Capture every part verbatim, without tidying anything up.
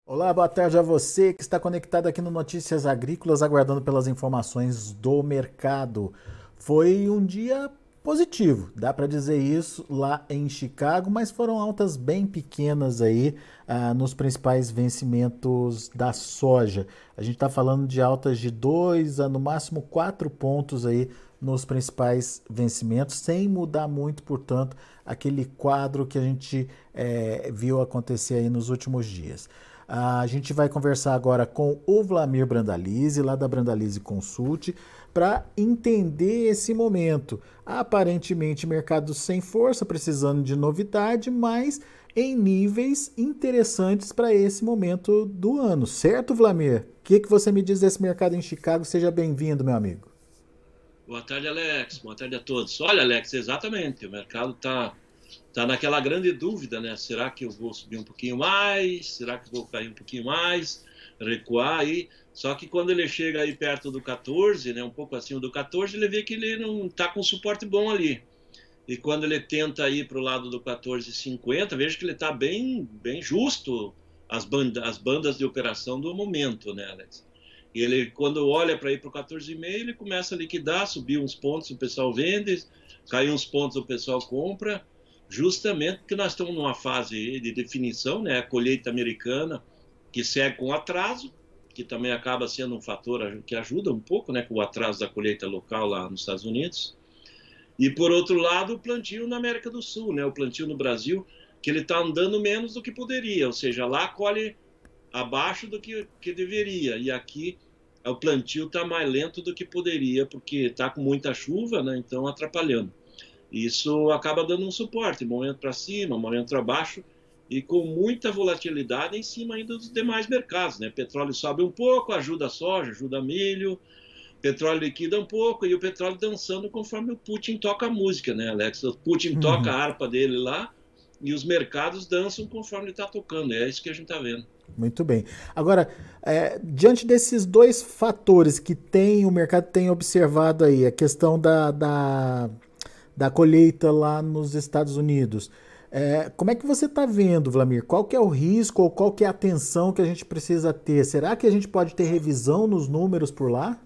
Olá, boa tarde a você que está conectado aqui no Notícias Agrícolas, aguardando pelas informações do mercado. Foi um dia positivo, dá para dizer isso, lá em Chicago, mas foram altas bem pequenas aí ah, nos principais vencimentos da soja. A gente está falando de altas de dois a no máximo quatro pontos aí nos principais vencimentos, sem mudar muito, portanto, aquele quadro que a gente eh, viu acontecer aí nos últimos dias. A gente vai conversar agora com o Vlamir Brandalize, lá da Brandalize Consult, para entender esse momento. Aparentemente, mercado sem força, precisando de novidade, mas em níveis interessantes para esse momento do ano. Certo, Vlamir? O que, que você me diz desse mercado em Chicago? Seja bem-vindo, meu amigo. Boa tarde, Alex. Boa tarde a todos. Olha, Alex, exatamente. O mercado está tá naquela grande dúvida, né? Será que eu vou subir um pouquinho mais? Será que eu vou cair um pouquinho mais? Recuar aí? Só que quando ele chega aí perto do quatorze, né? Um pouco acima do quatorze, ele vê que ele não está com suporte bom ali. E quando ele tenta ir para o lado do quatorze e cinquenta, veja que ele está bem, bem justo as, banda, as bandas de operação do momento, né, Alex? E ele, quando olha para ir para o quatorze e meio, ele começa a liquidar, subir uns pontos, o pessoal vende, cai uns pontos, o pessoal compra, justamente porque nós estamos numa fase de definição, né? A colheita americana, que segue com atraso, que também acaba sendo um fator que ajuda um pouco, né, com o atraso da colheita local lá nos Estados Unidos. E, por outro lado, o plantio na América do Sul, né? O plantio no Brasil, que ele está andando menos do que poderia, ou seja, lá colhe abaixo do que, que deveria. E aqui o plantio está mais lento do que poderia, porque está com muita chuva, né? Então atrapalhando. Isso acaba dando um suporte, momento para cima, momento para baixo, e com muita volatilidade em cima ainda dos demais mercados, né? Petróleo sobe um pouco, ajuda a soja, ajuda milho, petróleo liquida um pouco, e o petróleo dançando conforme o Putin toca a música, né, Alex? O Putin toca Uhum. a harpa dele lá, e os mercados dançam conforme ele está tocando. É isso que a gente está vendo. Muito bem. Agora, é, diante desses dois fatores que tem, o mercado tem observado aí, a questão da, da, da colheita lá nos Estados Unidos, é, como é que você está vendo, Vlamir? Qual que é o risco ou qual que é a atenção que a gente precisa ter? Será que a gente pode ter revisão nos números por lá?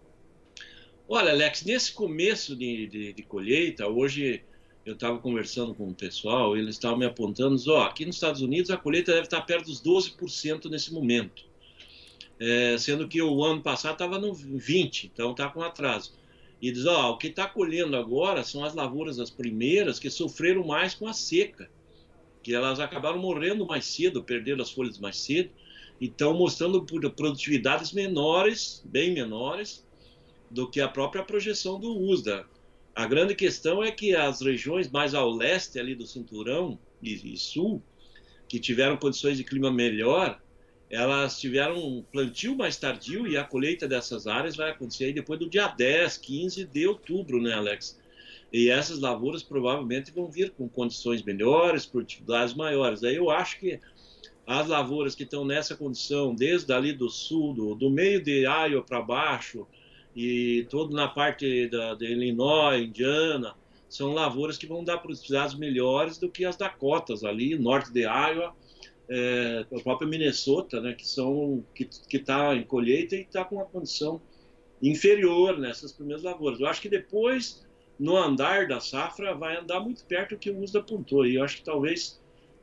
Olha, Alex, nesse começo de, de, de colheita, hoje eu estava conversando com o pessoal, eles estavam me apontando, ó, aqui nos Estados Unidos a colheita deve estar perto dos doze por cento nesse momento, é, sendo que o ano passado estava no vinte por cento, então está com atraso. E diz, ó, o que está colhendo agora são as lavouras, as primeiras, que sofreram mais com a seca, que elas acabaram morrendo mais cedo, perdendo as folhas mais cedo, e estão mostrando produtividades menores, bem menores, do que a própria projeção do U S D A. A grande questão é que as regiões mais ao leste ali do cinturão e, e sul, que tiveram condições de clima melhor, elas tiveram um plantio mais tardio, e a colheita dessas áreas vai acontecer aí depois do dia dez, quinze de outubro, né, Alex? E essas lavouras provavelmente vão vir com condições melhores, produtividades maiores. Aí eu acho que as lavouras que estão nessa condição, desde ali do sul, do, do meio de Iowa para baixo, e todo na parte da, de Illinois, Indiana, são lavouras que vão dar produtividades melhores do que as Dakotas ali, norte de Iowa, é, a própria Minnesota, né, que são que que está em colheita e está com uma condição inferior nessas primeiras lavouras. Eu acho que depois, no andar da safra, vai andar muito perto do que o U S D A apontou. E eu acho que talvez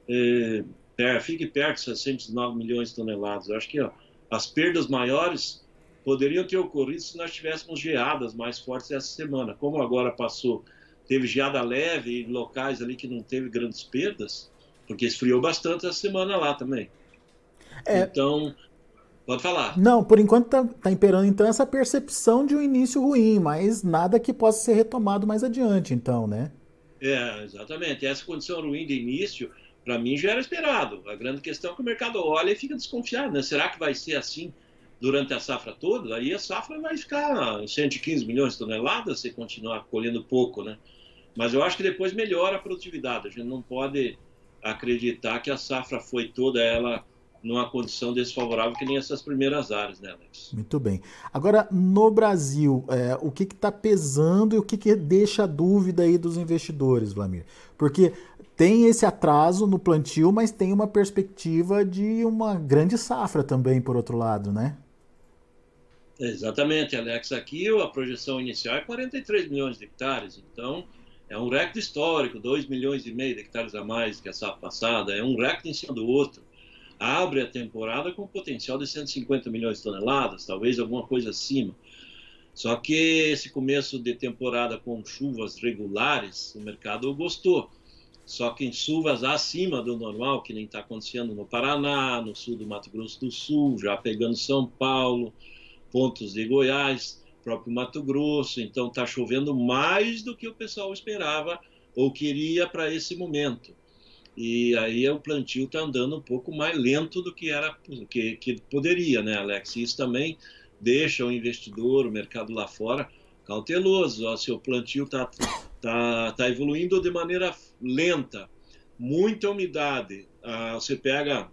é, fique perto de seiscentos e nove milhões de toneladas. Eu acho que ó, as perdas maiores poderiam ter ocorrido se nós tivéssemos geadas mais fortes essa semana. Como agora passou, teve geada leve em locais ali que não teve grandes perdas, porque esfriou bastante essa semana lá também. É, Então, pode falar. não, por enquanto está tá imperando então essa percepção de um início ruim, mas nada que possa ser retomado mais adiante, então, né? É, exatamente. Essa condição ruim de início, para mim, já era esperado. A grande questão é que o mercado olha e fica desconfiado, né? Será que vai ser assim durante a safra toda? Aí a safra vai ficar em cento e quinze milhões de toneladas se continuar colhendo pouco, né? Mas eu acho que depois melhora a produtividade. A gente não pode acreditar que a safra foi toda ela numa condição desfavorável que nem essas primeiras áreas, né, Alex? Muito bem. Agora, no Brasil, é, o que está pesando e o que, que deixa a dúvida aí dos investidores, Wlamir? Porque tem esse atraso no plantio, mas tem uma perspectiva de uma grande safra também, por outro lado, né? Exatamente, Alex. Aqui a projeção inicial é quarenta e três milhões de hectares, então é um recorde histórico, dois milhões e meio de hectares a mais que a safra passada, é um recorde em cima do outro. Abre a temporada com potencial de cento e cinquenta milhões de toneladas, talvez alguma coisa acima. Só que esse começo de temporada com chuvas regulares, o mercado gostou. Só que em chuvas acima do normal, que nem está acontecendo no Paraná, no sul do Mato Grosso do Sul, já pegando São Paulo, pontos de Goiás, próprio Mato Grosso, então está chovendo mais do que o pessoal esperava ou queria para esse momento. E aí o plantio está andando um pouco mais lento do que era que, que poderia, né, Alex? Isso também deixa o investidor, o mercado lá fora, cauteloso. Ó, se o plantio está tá, tá evoluindo de maneira lenta, muita umidade. Ah, você pega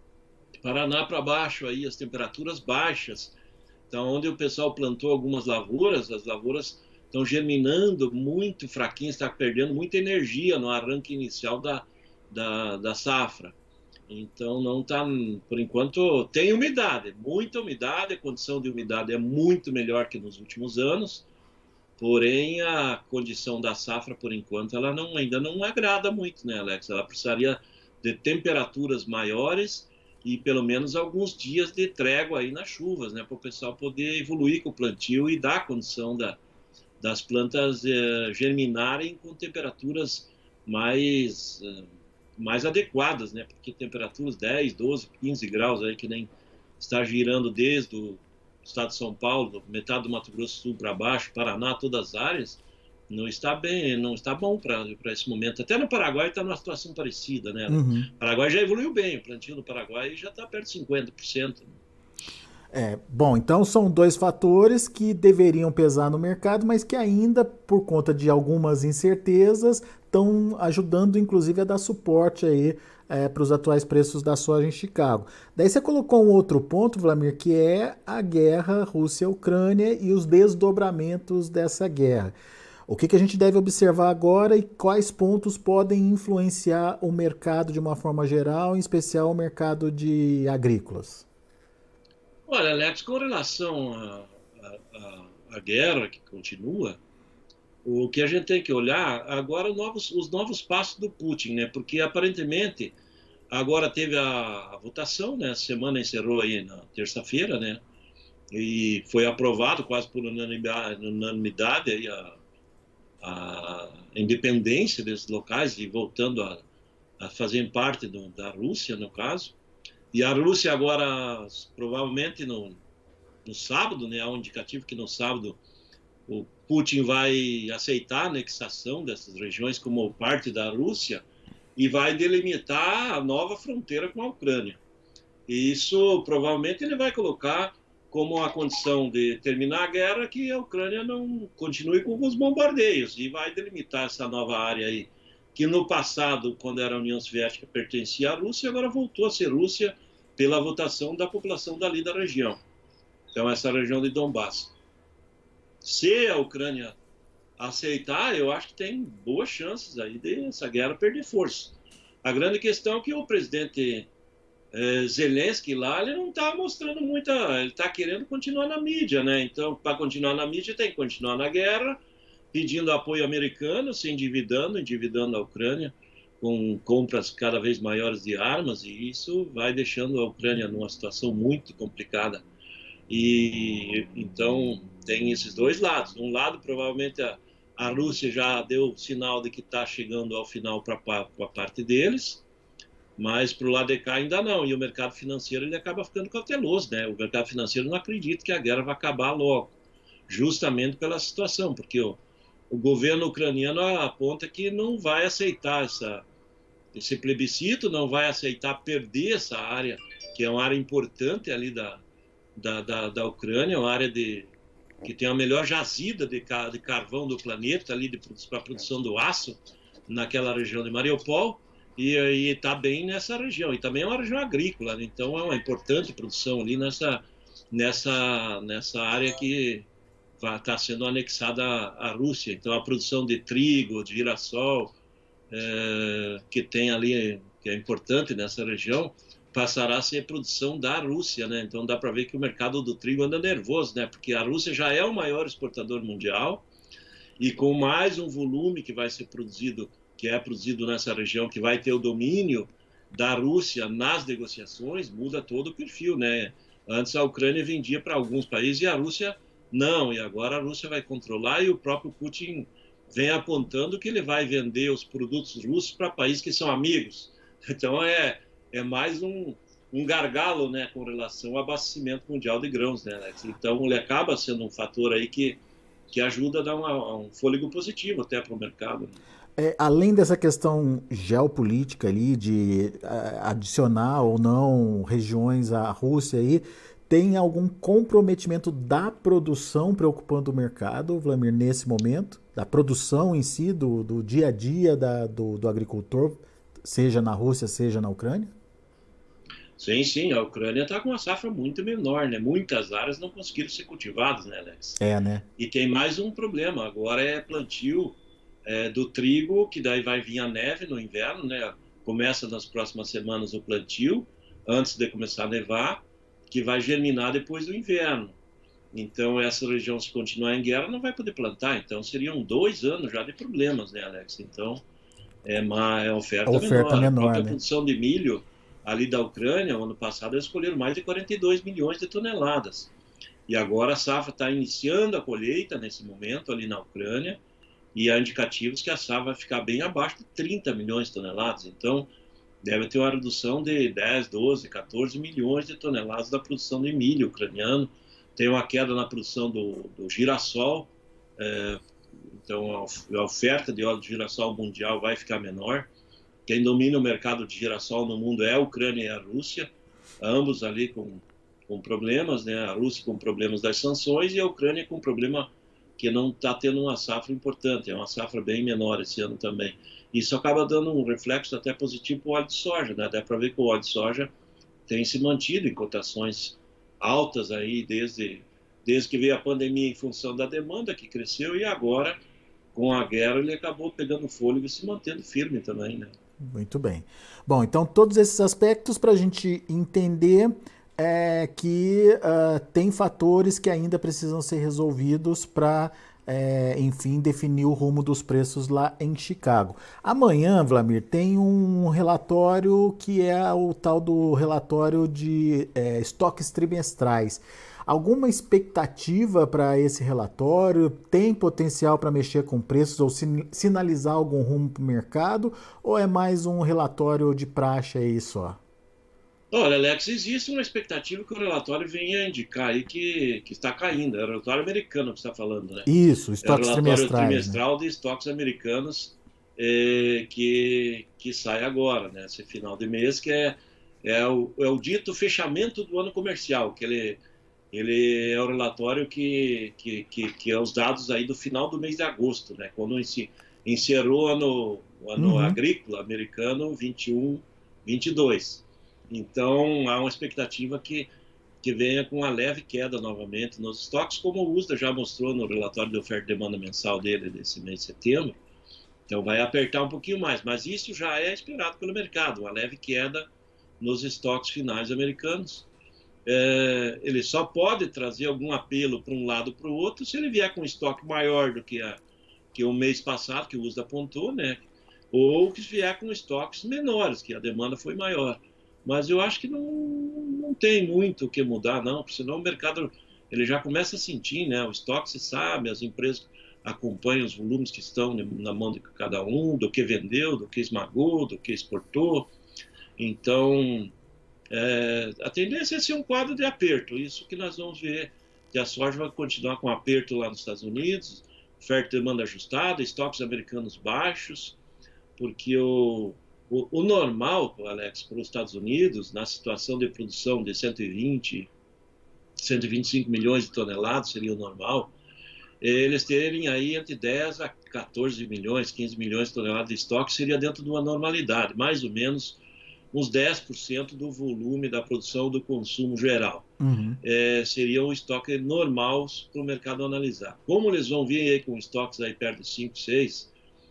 Paraná para baixo, aí as temperaturas baixas. Então, onde o pessoal plantou algumas lavouras, as lavouras estão germinando muito fraquinhas, está perdendo muita energia no arranque inicial da, da, da safra. Então, não está, por enquanto, tem umidade, muita umidade, a condição de umidade é muito melhor que nos últimos anos, porém, a condição da safra, por enquanto, ela não, ainda não agrada muito, né, Alex? Ela precisaria de temperaturas maiores e pelo menos alguns dias de trégua aí nas chuvas, né, para o pessoal poder evoluir com o plantio e dar condição da, das plantas eh, germinarem com temperaturas mais, eh, mais adequadas, né, porque temperaturas dez, doze, quinze graus aí que nem está girando desde o estado de São Paulo, metade do Mato Grosso do Sul para baixo, Paraná, todas as áreas, não está bem, não está bom para esse momento. Até no Paraguai está numa situação parecida, né? Uhum. O Paraguai já evoluiu bem, o plantio no Paraguai já está perto de cinquenta por cento. É, bom, então são dois fatores que deveriam pesar no mercado, mas que ainda, por conta de algumas incertezas, estão ajudando, inclusive, a dar suporte aí é, para os atuais preços da soja em Chicago. Daí você colocou um outro ponto, Wlamir, que é a guerra Rússia-Ucrânia e os desdobramentos dessa guerra. O que, que a gente deve observar agora e quais pontos podem influenciar o mercado de uma forma geral, em especial o mercado de agrícolas? Olha, Alex, com relação à guerra que continua, o que a gente tem que olhar agora novos, os novos passos do Putin, né? Porque aparentemente agora teve a, a votação, né? A semana encerrou aí na terça-feira, né? E foi aprovado quase por unanimidade, unanimidade aí a a independência desses locais e voltando a, a fazerem parte do, da Rússia, no caso. E a Rússia agora, provavelmente no, no sábado, né, há um indicativo que no sábado o Putin vai aceitar a anexação dessas regiões como parte da Rússia e vai delimitar a nova fronteira com a Ucrânia. E isso provavelmente ele vai colocar como a condição de terminar a guerra que a Ucrânia não continue com os bombardeios e vai delimitar essa nova área aí, que no passado, quando era a União Soviética, pertencia à Rússia, agora voltou a ser Rússia pela votação da população dali da região. Então, essa região de Donbass. Se a Ucrânia aceitar, eu acho que tem boas chances aí de essa guerra perder força. A grande questão é que o presidente É, Zelensky lá, ele não está mostrando muita... Ele está querendo continuar na mídia, né? Então, para continuar na mídia, tem que continuar na guerra, pedindo apoio americano, se endividando, endividando a Ucrânia, com compras cada vez maiores de armas, e isso vai deixando a Ucrânia numa situação muito complicada. E então, tem esses dois lados. De um lado, provavelmente, a, a Rússia já deu sinal de que está chegando ao final para a parte deles, mas para o lado de cá ainda não, e o mercado financeiro ele acaba ficando cauteloso, né? O mercado financeiro não acredita que a guerra vai acabar logo, justamente pela situação, porque o, o governo ucraniano aponta que não vai aceitar essa, esse plebiscito, não vai aceitar perder essa área, que é uma área importante ali da, da, da, da Ucrânia, uma área de, que tem a melhor jazida de, de carvão do planeta, ali para a produção do aço, naquela região de Mariupol. e aí está bem nessa região. E também é uma região agrícola, né? Então é uma importante produção ali nessa, nessa, nessa área que está sendo anexada à, à Rússia. Então a produção de trigo, de girassol, é, que tem ali, que é importante nessa região, passará a ser produção da Rússia, né? Então dá para ver que o mercado do trigo anda nervoso, né? Porque a Rússia já é o maior exportador mundial e com mais um volume que vai ser produzido, que é produzido nessa região, que vai ter o domínio da Rússia nas negociações, muda todo o perfil, né? Antes a Ucrânia vendia para alguns países e a Rússia não, e agora a Rússia vai controlar e o próprio Putin vem apontando que ele vai vender os produtos russos para países que são amigos. Então é, é mais um, um gargalo, né, com relação ao abastecimento mundial de grãos, né, Alex? Então ele acaba sendo um fator aí que, que ajuda a dar uma, um fôlego positivo até para o mercado. É, além dessa questão geopolítica ali, de uh, adicionar ou não regiões à Rússia aí, tem algum comprometimento da produção preocupando o mercado, Vlamir, nesse momento? Da produção em si, do, do dia a dia da, do, do agricultor, seja na Rússia, seja na Ucrânia? Sim, sim, a Ucrânia está com uma safra muito menor, né? Muitas áreas não conseguiram ser cultivadas, né, Alex? É, né? E tem mais um problema, agora é plantio é, do trigo, que daí vai vir a neve no inverno, né? Começa nas próximas semanas o plantio, antes de começar a nevar, que vai germinar depois do inverno. Então, essa região, se continuar em guerra, não vai poder plantar. Então, seriam dois anos já de problemas, né, Alex? Então, é uma é A oferta oferta menor. A menor, própria né? produção de milho ali da Ucrânia, ano passado, eles escolheram mais de quarenta e dois milhões de toneladas. E agora a safra está iniciando a colheita nesse momento ali na Ucrânia, e há indicativos que a safra vai ficar bem abaixo de trinta milhões de toneladas. Então, deve ter uma redução de dez, doze, quatorze milhões de toneladas da produção de milho ucraniano. Tem uma queda na produção do, do girassol, é, então a oferta de óleo de girassol mundial vai ficar menor. Quem domina o mercado de girassol no mundo é a Ucrânia e a Rússia, ambos ali com, com problemas, né? A Rússia com problemas das sanções e a Ucrânia com problema que não está tendo uma safra importante, é uma safra bem menor esse ano também. Isso acaba dando um reflexo até positivo para o óleo de soja, né? Dá para ver que o óleo de soja tem se mantido em cotações altas aí desde, desde que veio a pandemia em função da demanda que cresceu e agora, com a guerra, ele acabou pegando fôlego e se mantendo firme também, né? Muito bem. Bom, então todos esses aspectos para a gente entender é, que uh, tem fatores que ainda precisam ser resolvidos para, é, enfim, definir o rumo dos preços lá em Chicago. Amanhã, Vlamir, tem um relatório que é o tal do relatório de é, estoques trimestrais. Alguma expectativa para esse relatório? Tem potencial para mexer com preços ou sinalizar algum rumo para o mercado? Ou é mais um relatório de praxe aí só? Olha, Alex, existe uma expectativa que o relatório venha indicar aí que, que está caindo. É o relatório americano que está falando, né? Isso, É o estoques relatório trimestrais, né? trimestral de estoques americanos é, que, que sai agora, né? Esse final de mês, que é, é, o, é o dito fechamento do ano comercial, que ele ele é o relatório que, que, que, que é os dados aí do final do mês de agosto, né? Quando encerrou o ano, o ano Uhum. agrícola americano vinte e um, vinte e dois. Então, há uma expectativa que, que venha com uma leve queda novamente nos estoques, como o U S D A já mostrou no relatório de oferta e demanda mensal dele desse mês de setembro. Então, vai apertar um pouquinho mais, mas isso já é esperado pelo mercado, uma leve queda nos estoques finais americanos. É, ele só pode trazer algum apelo para um lado ou para o outro se ele vier com um estoque maior do que, a, que o mês passado, que o U S D A apontou, né? Ou que vier com estoques menores, que a demanda foi maior. Mas eu acho que não, não tem muito o que mudar, não, porque senão o mercado ele já começa a sentir, né? O estoque se sabe, as empresas acompanham os volumes que estão na mão de cada um, do que vendeu, do que esmagou, do que exportou. Então, é, a tendência é ser um quadro de aperto, isso que nós vamos ver, que a soja vai continuar com aperto lá nos Estados Unidos, oferta e demanda ajustada, estoques americanos baixos, porque o, o, o normal, Alex, para os Estados Unidos, na situação de produção de cento e vinte, cento e vinte e cinco milhões de toneladas, seria o normal, eles terem aí entre dez a quatorze milhões, quinze milhões de toneladas de estoque, seria dentro de uma normalidade, mais ou menos uns dez por cento do volume da produção do consumo geral. Uhum. É, seria um estoque normal para o mercado analisar. Como eles vão vir aí com estoques aí perto de cinco, seis,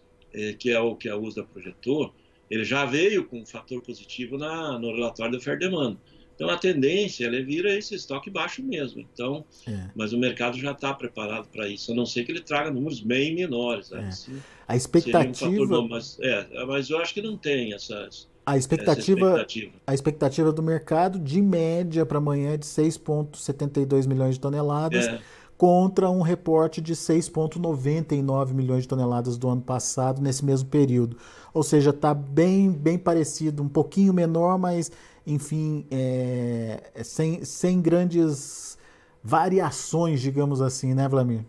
é, que é o que a U S D A projetou, ele já veio com um fator positivo na, no relatório da oferta e demanda. Então, a tendência é vir a esse estoque baixo mesmo. Então, é. Mas o mercado já está preparado para isso, a não ser que ele traga números bem menores. É. Assim, a expectativa... Um fator, mas, é, mas eu acho que não tem essas... A expectativa, expectativa. a expectativa do mercado, de média para amanhã, é de seis vírgula setenta e dois milhões de toneladas, é. contra um reporte de seis vírgula noventa e nove milhões de toneladas do ano passado, nesse mesmo período. Ou seja, está bem, bem parecido, um pouquinho menor, mas, enfim, é, sem, sem grandes variações, digamos assim, né, Vlamir?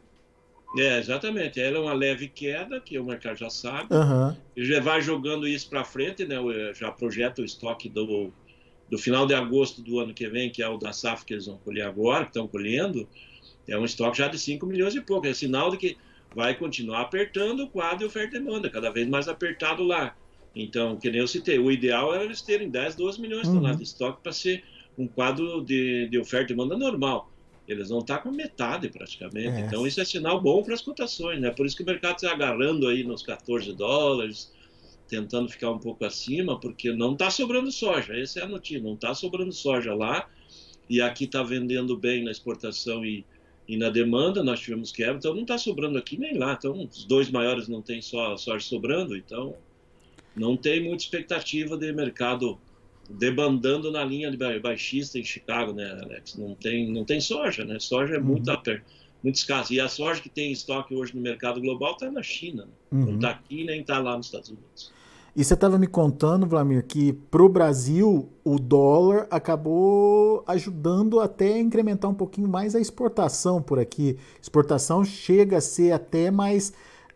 É, exatamente. Ela é uma leve queda, que o mercado já sabe. Uhum. Ele já vai jogando isso para frente, né? Já projeta o estoque do, do final de agosto do ano que vem, que é o da safra que eles vão colher agora, que estão colhendo. É um estoque já de cinco milhões e pouco. É sinal de que vai continuar apertando o quadro de oferta e demanda, cada vez mais apertado lá. Então, que nem eu citei, o ideal era eles terem dez, doze milhões de toneladas de estoque para ser um quadro de, de oferta e demanda normal. Eles vão estar com metade praticamente. É. Então isso é sinal bom para as cotações, né? Por isso que o mercado está agarrando aí nos quatorze dólares, tentando ficar um pouco acima, porque não está sobrando soja. Essa é a notícia, não está sobrando soja lá. E aqui está vendendo bem na exportação e, e na demanda, nós tivemos quebra, então não está sobrando aqui nem lá. Então os dois maiores não tem só soja sobrando, então não tem muita expectativa de mercado debandando na linha de baixista em Chicago, né, Alex? Não tem, não tem soja, né? Soja é uhum. muito, muito escassa. E a soja que tem estoque hoje no mercado global está na China. Né? Uhum. Não está aqui nem está lá nos Estados Unidos. E você estava me contando, Vlamir, que para o Brasil o dólar acabou ajudando até a incrementar um pouquinho mais a exportação por aqui. Exportação chega a ser até mais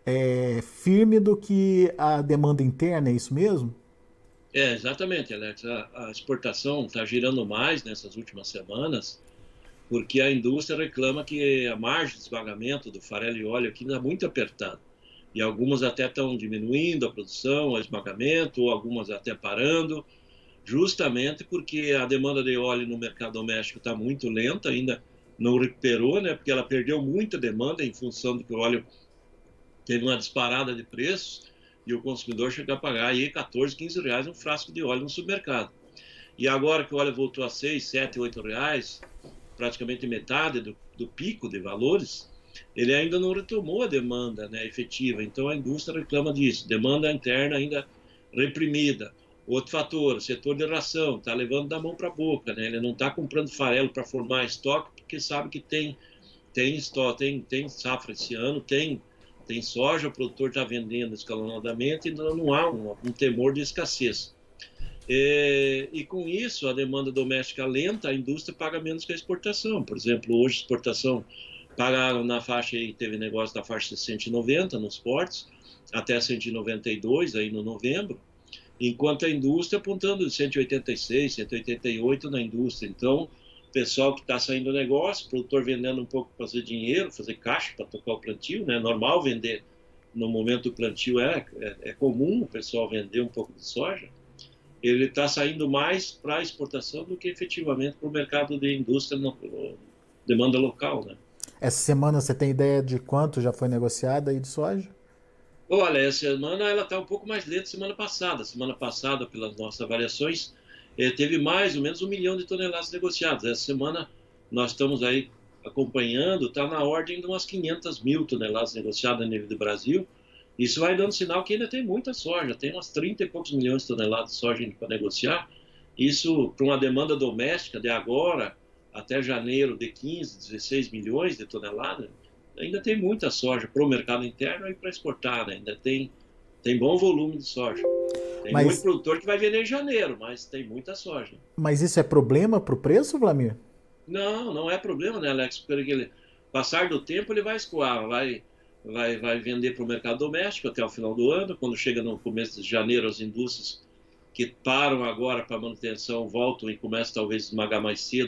é, firme do que a demanda interna, é isso mesmo? É, exatamente, Alex. A, a exportação está girando mais nessas últimas semanas, porque a indústria reclama que a margem de esmagamento do farelo e óleo aqui está muito apertada. E algumas até estão diminuindo a produção, o esmagamento, ou algumas até parando, justamente porque a demanda de óleo no mercado doméstico está muito lenta, ainda não recuperou, né? Porque ela perdeu muita demanda em função de que o óleo teve uma disparada de preços, e o consumidor chega a pagar aí quatorze, quinze reais um frasco de óleo no supermercado. E agora que o óleo voltou a seis, sete, oito reais, praticamente metade do, do pico de valores, ele ainda não retomou a demanda, né, efetiva. Então a indústria reclama disso, demanda interna ainda reprimida. Outro fator, o setor de ração, está levando da mão para a boca, né? Ele não está comprando farelo para formar estoque, porque sabe que tem, tem, estoque, tem, tem safra esse ano, tem... tem soja, o produtor está vendendo escalonadamente, então não há um, um temor de escassez. E, e com isso, a demanda doméstica lenta, a indústria paga menos que a exportação. Por exemplo, hoje a exportação pagaram na faixa, aí teve negócio da faixa de cento e noventa nos portos, até cento e noventa e dois aí no novembro, enquanto a indústria apontando de cento e oitenta e seis, cento e oitenta e oito na indústria. Então, pessoal que está saindo do negócio, produtor vendendo um pouco para fazer dinheiro, fazer caixa para tocar o plantio, né? Normal vender no momento do plantio, é, é, é comum o pessoal vender um pouco de soja. Ele está saindo mais para a exportação do que efetivamente para o mercado de indústria, no, demanda local, né? Essa semana você tem ideia de quanto já foi negociado aí de soja? Olha, essa semana ela está um pouco mais lenta que semana passada. Semana passada, pelas nossas avaliações, teve mais ou menos um milhão de toneladas negociadas. Essa semana nós estamos aí acompanhando, está na ordem de umas quinhentas mil toneladas negociadas a nível do Brasil. Isso vai dando sinal que ainda tem muita soja, tem umas trinta e poucos milhões de toneladas de soja para negociar. Isso para uma demanda doméstica de agora até janeiro de quinze, dezesseis milhões de toneladas, ainda tem muita soja para o mercado interno e para exportar, né? Ainda tem, tem bom volume de soja. Tem mas, muito produtor que vai vender em janeiro, mas tem muita soja. Mas isso é problema para o preço, Vlamir? Não, não é problema, né, Alex? Porque ele, passar do tempo ele vai escoar, vai, vai, vai vender para o mercado doméstico até o final do ano. Quando chega no começo de janeiro, as indústrias que param agora para manutenção voltam e começam talvez a esmagar mais cedo.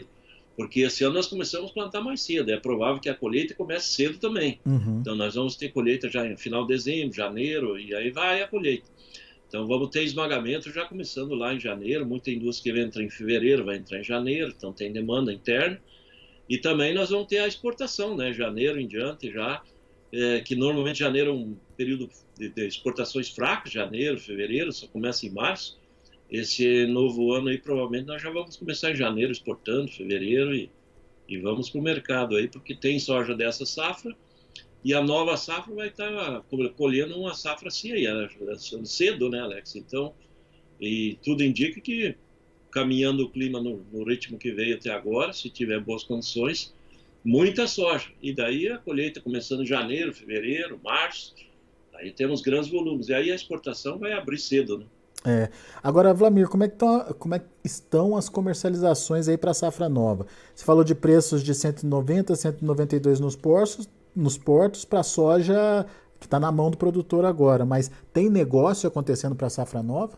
Porque esse ano nós começamos a plantar mais cedo, é provável que a colheita comece cedo também. Uhum. Então nós vamos ter colheita já em final de dezembro, janeiro, e aí vai a colheita. Então vamos ter esmagamento já começando lá em janeiro, muita indústria que entra em fevereiro vai entrar em janeiro, então tem demanda interna. E também nós vamos ter a exportação, né? Janeiro em diante já, é, que normalmente janeiro é um período de, de exportações fracas, janeiro, fevereiro, só começa em março. Esse novo ano aí, provavelmente, nós já vamos começar em janeiro exportando, fevereiro, e, e vamos para o mercado aí, porque tem soja dessa safra, e a nova safra vai estar colhendo uma safra assim aí, cedo, né, Alex? Então, e tudo indica que, caminhando o clima no, no ritmo que veio até agora, se tiver boas condições, muita soja. E daí a colheita começando em janeiro, fevereiro, março, aí temos grandes volumes. E aí a exportação vai abrir cedo, né? É. Agora, Vlamir, como é que, tão, como é que estão as comercializações aí para a safra nova? Você falou de preços de cento e noventa, cento e noventa e dois nos portos, nos portos para soja que está na mão do produtor agora, mas tem negócio acontecendo para a safra nova?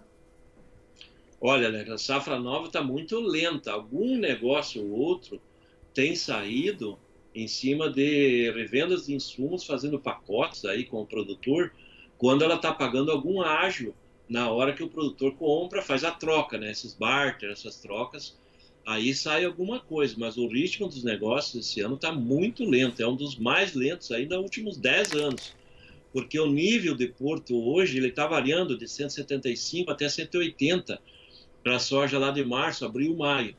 Olha, Alex, a safra nova está muito lenta. Algum negócio ou outro tem saído em cima de revendas de insumos, fazendo pacotes aí com o produtor, quando ela está pagando algum ágio na hora que o produtor compra, faz a troca, né? Esses barter, essas trocas, aí sai alguma coisa, mas o ritmo dos negócios esse ano está muito lento, é um dos mais lentos ainda nos últimos dez anos, porque o nível de porto hoje, ele está variando de cento e setenta e cinco até cento e oitenta para a soja lá de março, abril, maio.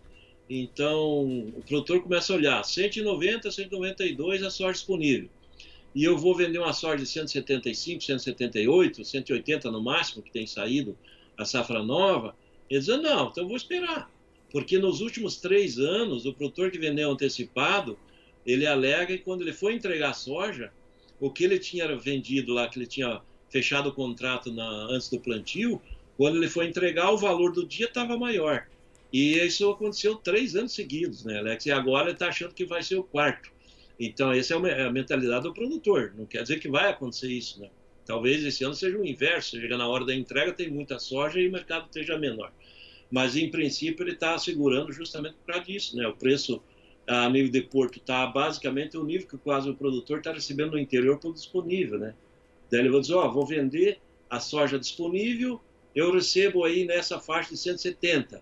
Então, o produtor começa a olhar, cento e noventa, cento e noventa e dois a soja disponível. E eu vou vender uma soja de cento e setenta e cinco, cento e setenta e oito, cento e oitenta no máximo, que tem saído a safra nova. Eles dizem, não, então eu vou esperar. Porque nos últimos três anos, o produtor que vendeu antecipado, ele alega que quando ele foi entregar a soja, o que ele tinha vendido lá, que ele tinha fechado o contrato na, antes do plantio, quando ele foi entregar, o valor do dia estava maior. E isso aconteceu três anos seguidos, né, Alex? E agora ele está achando que vai ser o quarto. Então, essa é a mentalidade do produtor. Não quer dizer que vai acontecer isso, né? Talvez esse ano seja o inverso. Chega na hora da entrega, tem muita soja e o mercado esteja menor. Mas, em princípio, ele está segurando justamente por causa disso, né? O preço a nível de porto está basicamente o nível que quase o produtor está recebendo no interior por disponível, né? Daí ele vai dizer, ó, oh, vou vender a soja disponível, eu recebo aí nessa faixa de cento e setenta.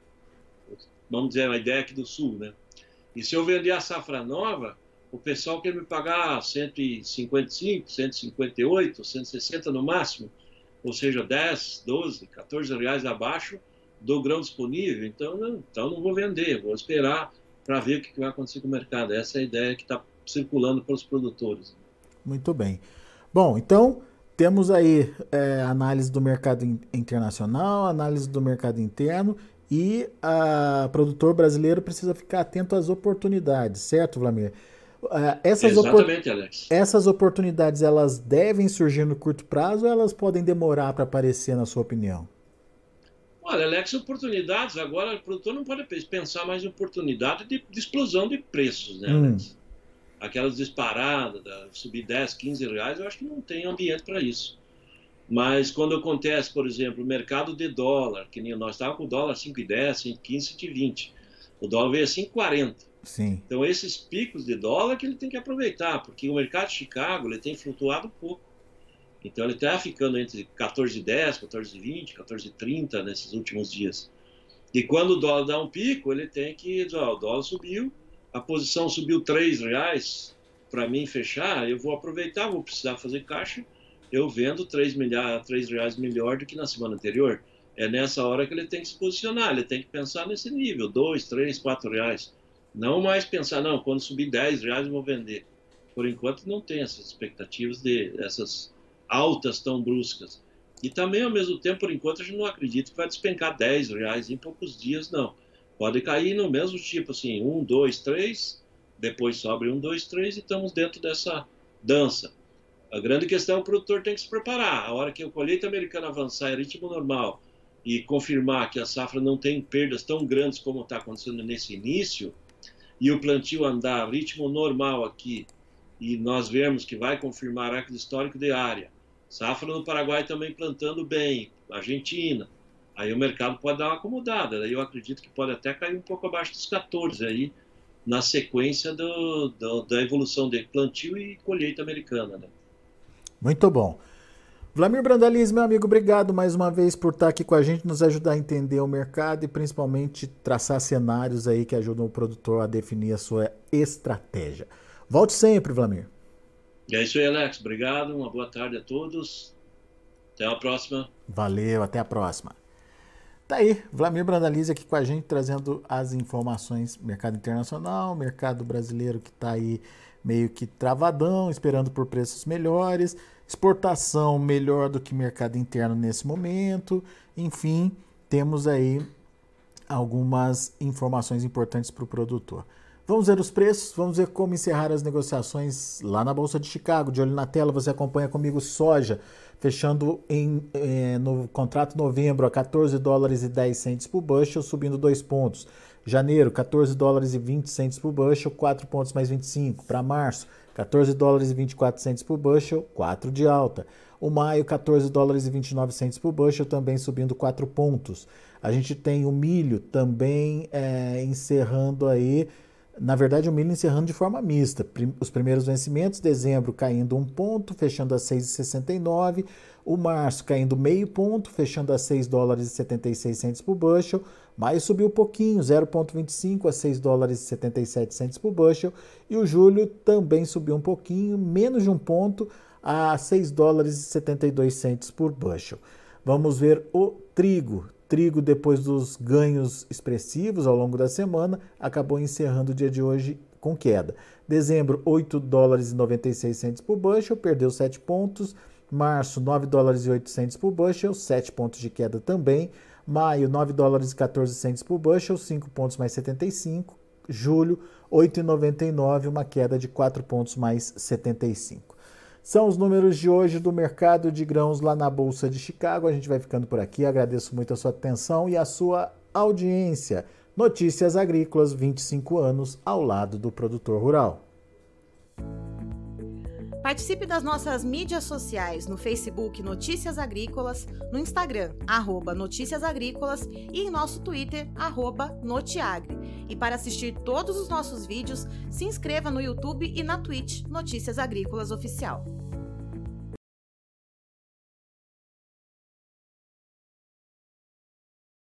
Vamos dizer, uma ideia aqui do sul, né? E se eu vender a safra nova, o pessoal quer me pagar cento e cinquenta e cinco, cento e cinquenta e oito, cento e sessenta no máximo, ou seja, dez, doze, quatorze reais abaixo do grão disponível. Então, não, então não vou vender, vou esperar para ver o que vai acontecer com o mercado. Essa é a ideia que está circulando para os produtores. Muito bem. Bom, então temos aí é, análise do mercado internacional, análise do mercado interno, e o produtor brasileiro precisa ficar atento às oportunidades, certo, Vlamir? Uh, essas Exatamente, opor Alex. Essas oportunidades, elas devem surgir no curto prazo ou elas podem demorar para aparecer, na sua opinião? Olha, Alex, oportunidades, agora o produtor não pode pensar mais em oportunidade de, de explosão de preços, né, Alex? Hum. Aquelas disparadas, da, subir dez, quinze reais, eu acho que não tem ambiente para isso. Mas quando acontece, por exemplo, o mercado de dólar, que nem nós estávamos com o dólar cinco e dez, cinco e quinze, cinco e vinte. O dólar veio a cinco e quarenta. Sim. Então, esses picos de dólar que ele tem que aproveitar, porque o mercado de Chicago ele tem flutuado pouco. Então, ele está ficando entre quatorze e dez, quatorze e vinte, quatorze e trinta nesses últimos dias. E quando o dólar dá um pico, ele tem que dizer, ó, o dólar subiu, a posição subiu três reais para mim fechar, eu vou aproveitar, vou precisar fazer caixa, eu vendo três reais melhor do que na semana anterior. É nessa hora que ele tem que se posicionar, ele tem que pensar nesse nível, dois, três, quatro reais. Não mais pensar, não, quando subir dez reais eu vou vender. Por enquanto não tem essas expectativas de essas altas tão bruscas. E também, ao mesmo tempo, por enquanto, a gente não acredita que vai despencar dez reais em poucos dias, não. Pode cair no mesmo tipo, assim, um, dois, três, depois sobe um, dois, três e estamos dentro dessa dança. A grande questão é que o produtor tem que se preparar. A hora que a colheita americana avançar em ritmo normal e confirmar que a safra não tem perdas tão grandes como está acontecendo nesse início, e o plantio andar ritmo normal aqui, e nós vemos que vai confirmar aquele histórico de área, safra no Paraguai também plantando bem, Argentina, aí o mercado pode dar uma acomodada, aí eu acredito que pode até cair um pouco abaixo dos quatorze aí, na sequência do, do, da evolução de plantio e colheita americana, né? Muito bom. Vlamir Brandalize, meu amigo, obrigado mais uma vez por estar aqui com a gente, nos ajudar a entender o mercado e principalmente traçar cenários aí que ajudam o produtor a definir a sua estratégia. Volte sempre, Vlamir. É isso aí, Alex. Obrigado, uma boa tarde a todos. Até a próxima. Valeu, até a próxima. Tá aí, Vlamir Brandalize aqui com a gente, trazendo as informações mercado internacional, mercado brasileiro que está aí meio que travadão, esperando por preços melhores, exportação melhor do que mercado interno nesse momento, enfim, temos aí algumas informações importantes para o produtor. Vamos ver os preços, vamos ver como encerrar as negociações lá na Bolsa de Chicago. De olho na tela, você acompanha comigo soja, fechando em, eh, no contrato novembro a quatorze dólares e dez centos por bushel, subindo dois pontos. Janeiro, quatorze dólares e vinte centos por bushel, quatro pontos mais vinte e cinco. Para março, quatorze dólares e vinte e quatro centos por bushel, quatro de alta. O maio, quatorze dólares e vinte e nove centos por bushel, também subindo quatro pontos. A gente tem o milho também é, encerrando aí, na verdade o milho encerrando de forma mista. Os primeiros vencimentos, dezembro caindo um ponto, fechando a seis reais e sessenta e nove centavos. O março caindo meio ponto, fechando a seis dólares e setenta e seis centos por bushel. Maio subiu um pouquinho, zero vírgula vinte e cinco a seis dólares e setenta e sete centos por bushel. E o julho também subiu um pouquinho, menos de um ponto, a seis dólares e setenta e dois centos por bushel. Vamos ver o trigo. Trigo, depois dos ganhos expressivos ao longo da semana, acabou encerrando o dia de hoje com queda. Dezembro, oito dólares e noventa e seis centos por bushel, perdeu sete pontos. Março, nove dólares e oito centos por bushel, sete pontos de queda também. Maio, nove dólares e quatorze centos por bushel, cinco pontos mais setenta e cinco. Julho, oito reais e noventa e nove centavos, uma queda de quatro pontos mais setenta e cinco. São os números de hoje do mercado de grãos lá na Bolsa de Chicago. A gente vai ficando por aqui. Agradeço muito a sua atenção e a sua audiência. Notícias Agrícolas, vinte e cinco anos ao lado do produtor rural. Participe das nossas mídias sociais no Facebook Notícias Agrícolas, no Instagram, arroba Notícias Agrícolas e em nosso Twitter, arroba Notiagre. E para assistir todos os nossos vídeos, se inscreva no YouTube e na Twitch Notícias Agrícolas Oficial.